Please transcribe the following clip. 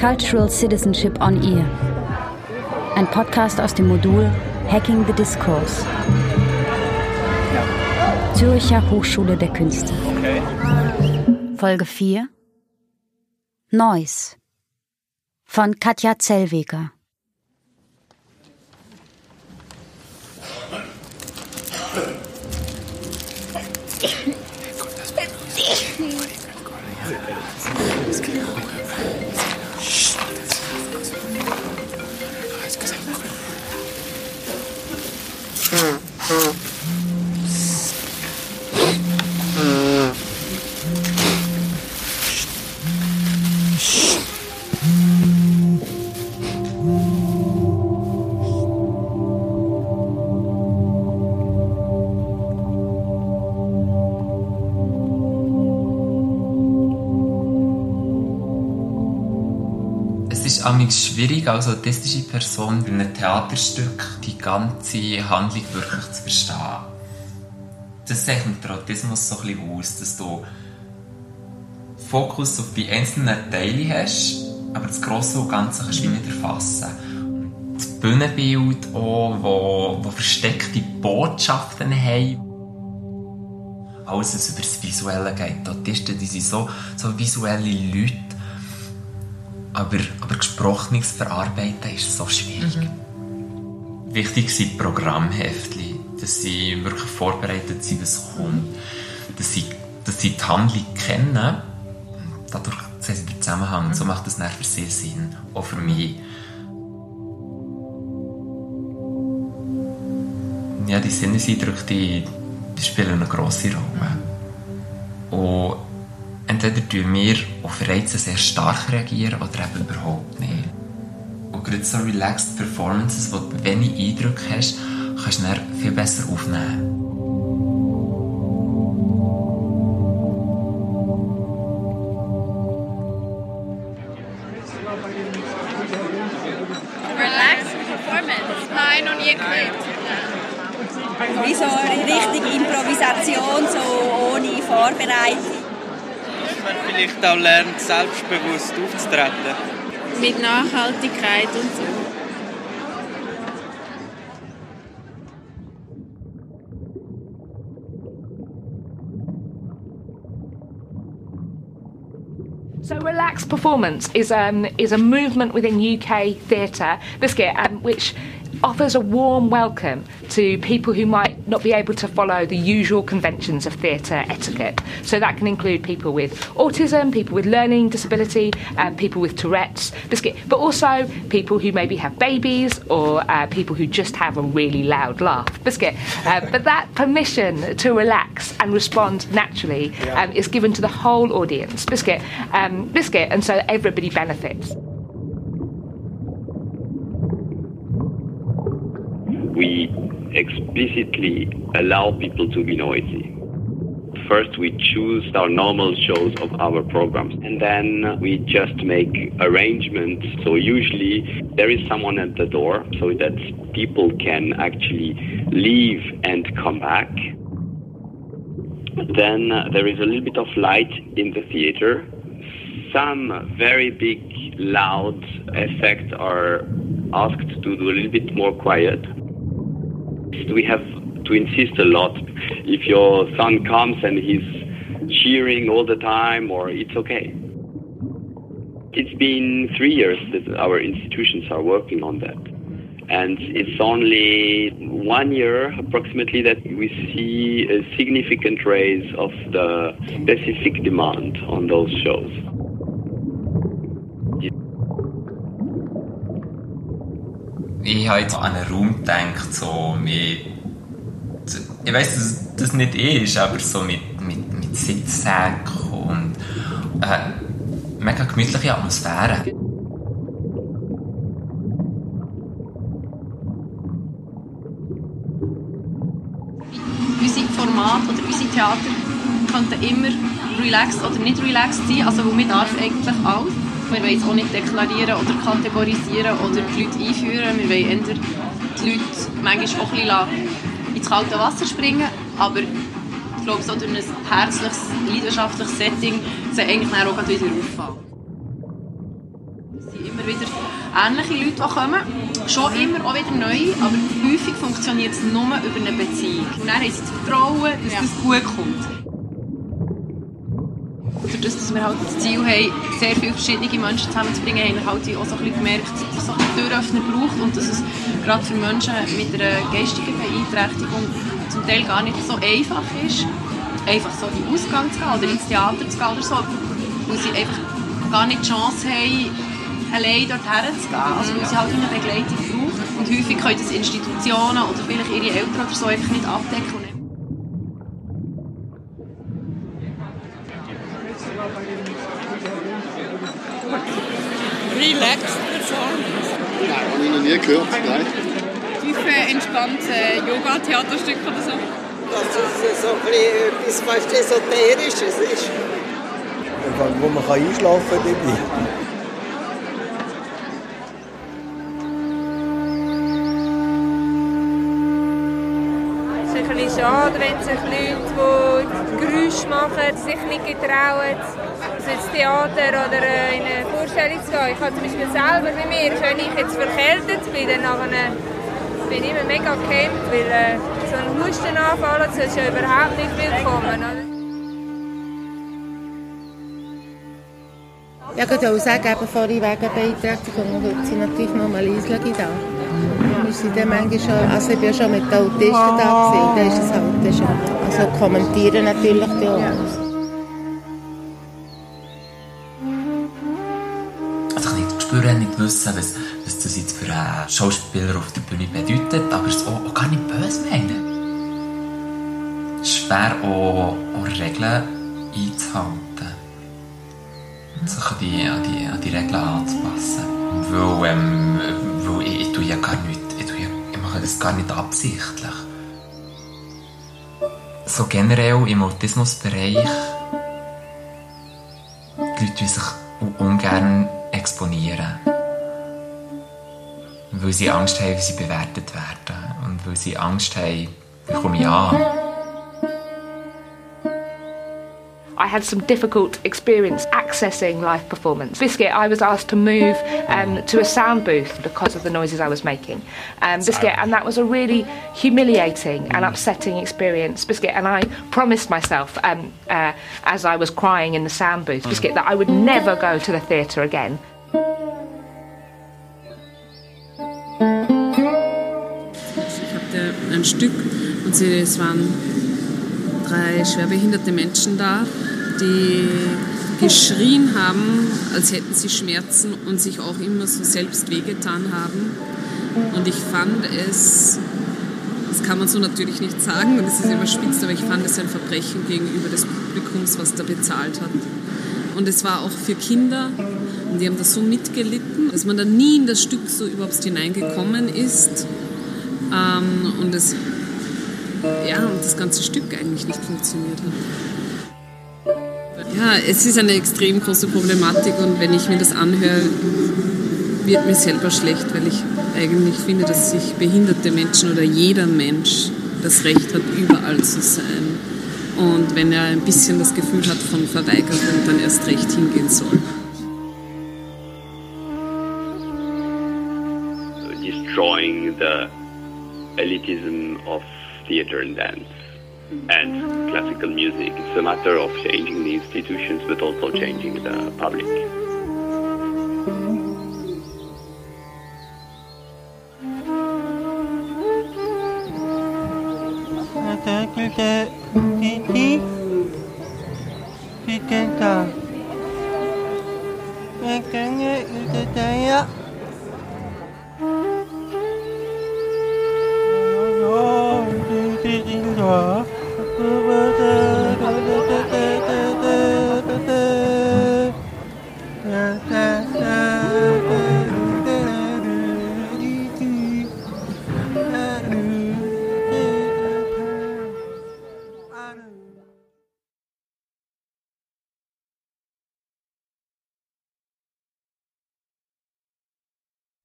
Cultural Citizenship on Ear. Ein Podcast aus dem Modul Hacking the Discourse. Zürcher Hochschule der Künste. Okay. Folge 4. Noise von Katja Zellweger. Es ist schwierig, als autistische Person in einem Theaterstück die ganze Handlung wirklich zu verstehen. Das zeichnet der Autismus so ein bisschen aus, dass du Fokus auf die einzelnen Teile hast, aber das Grosse und Ganze kannst du nicht erfassen. Das Bühnenbild auch, wo versteckte Botschaften haben. Alles, was über das Visuelle geht. Die Autisten, die sind so visuelle Leute. Aber Gesprochenes verarbeiten ist so schwierig. Wichtig sind Programmheftchen, dass sie wirklich vorbereitet sind, was kommt. Dass sie die Handlung kennen. Dadurch sehen sie den Zusammenhang. So macht das dann für sie Sinn. Auch für mich. Ja, die Sinneseindrücke, die spielen eine grosse Rolle. Und entweder tun wir auf Reize sehr stark reagieren oder eben überhaupt nicht. Und gerade so relaxed Performances, wo du wenig Eindruck hast, kannst du dann viel besser aufnehmen. Relaxed Performance. Nein, noch nie gehört. Wie so eine richtige Improvisation, so ohne Vorbereitung. Man vielleicht auch lernt, selbstbewusst aufzutreten. Mit Nachhaltigkeit und so. So relaxed performance is a movement within UK theatre, which offers a warm welcome to people who might not be able to follow the usual conventions of theatre etiquette. So that can include people with autism, people with learning disability, people with Tourette's, but also people who maybe have babies or people who just have a really loud laugh. But that permission to relax and respond naturally is given to the whole audience. And so everybody benefits. We explicitly allow people to be noisy. First, we choose our normal shows of our programs, and then we just make arrangements. So usually there is someone at the door so that people can actually leave and come back. Then there is a little bit of light in the theater. Some very big, loud effects are asked to do a little bit more quiet. We have to insist a lot. If your son comes and he's cheering all the time, or it's okay. It's been 3 years that our institutions are working on that. And it's only 1 year, approximately, that we see a significant raise of the specific demand on those shows. Ich habe jetzt an einen Raum gedacht, so mit, ich weiss, dass das nicht ist, aber so mit Sitzsäcken und mega gemütliche Atmosphäre. Unsere Formate oder unsere Theater könnten immer relaxed oder nicht relaxed sein, also wir dürfen eigentlich alles. Wir wollen es auch nicht deklarieren oder kategorisieren oder die Leute einführen. Wir wollen eher die Leute manchmal auch ein bisschen ins kalte Wasser springen, aber ich glaube, so durch ein herzliches, leidenschaftliches Setting sie eigentlich auch wieder auffallen. Es sind immer wieder ähnliche Leute, die kommen. Schon immer auch wieder neu, aber häufig funktioniert es nur über eine Beziehung. Und dann haben sie das Vertrauen, dass das gut kommt. Dadurch, dass wir halt das Ziel haben, sehr viele verschiedene Menschen zusammenzubringen, haben wir halt auch so ein bisschen gemerkt, dass es einen Türöffner braucht und dass es gerade für Menschen mit einer geistigen Beeinträchtigung zum Teil gar nicht so einfach ist, einfach so in den Ausgang zu gehen oder ins Theater zu gehen oder so, weil sie einfach gar nicht die Chance haben, allein dorthin zu gehen, also weil sie halt eine Begleitung braucht. Und häufig können das Institutionen oder vielleicht ihre Eltern oder so einfach nicht abdecken. Relaxed Performance. Nein, habe ich noch nie gehört. Nein. Tiefe, entspannte Yoga-Theaterstück oder so. Dass es so etwas fast Esoterisches ist. Wo man einschlafen kann dabei. Es ist ein bisschen schade, wenn sich Leute, die Geräusche machen, sich nicht getrauen, also ins Theater oder in eine Vorstellung zu gehen. Ich habe zum Beispiel selber bei mir, wenn ich jetzt verkältet bin, dann bin ich immer mega gehemmt, weil so ein Hustenanfall ist ja überhaupt nicht willkommen. Ja, ich würde auch sagen, eben vorhin wegen Beeinträchtigung, heute sind natürlich noch mal Isläge da. Wir sind dann manchmal schon, also ich bin ja schon mit den Autisten da gewesen, da ist es halt schon. Also kommentieren natürlich die auch. Also ich nicht spüren, nicht wissen, was das jetzt für einen Schauspieler auf der Bühne bedeutet, aber es auch gar nicht böse meinen. Es ist schwer, auch Regeln einzuhalten. Sich an die Regeln anzupassen. Weil ich tue ja gar nichts. Ich mache das gar nicht absichtlich. So generell im Autismusbereich die Leute sich ungern exponieren. Weil sie Angst haben, wie sie bewertet werden. Und weil sie Angst haben, wie komme ich an. I had some difficult experience accessing live performance. Biscuit, I was asked to move to a sound booth because of the noises I was making. Biscuit, and that was a really humiliating and upsetting experience. Biscuit, and I promised myself as I was crying in the sound booth, Biscuit, that I would never go to the theatre again. Ich hatte ein Stück und es waren 3 schwerbehinderte Menschen da, die geschrien haben, als hätten sie Schmerzen und sich auch immer so selbst wehgetan haben. Und ich fand es, das kann man so natürlich nicht sagen und es ist überspitzt, aber ich fand es ein Verbrechen gegenüber des Publikums, was da bezahlt hat. Und es war auch für Kinder und die haben das so mitgelitten, dass man da nie in das Stück so überhaupt hineingekommen ist und das ganze Stück eigentlich nicht funktioniert hat. Ja, es ist eine extrem große Problematik und wenn ich mir das anhöre, wird mir selber schlecht, weil ich eigentlich finde, dass sich behinderte Menschen oder jeder Mensch das Recht hat, überall zu sein. Und wenn er ein bisschen das Gefühl hat von Verweigerung, dann erst recht hingehen soll. Destroying the elitism of theater and dance and classical music. It's a matter of changing the institutions but also changing the public. Bye.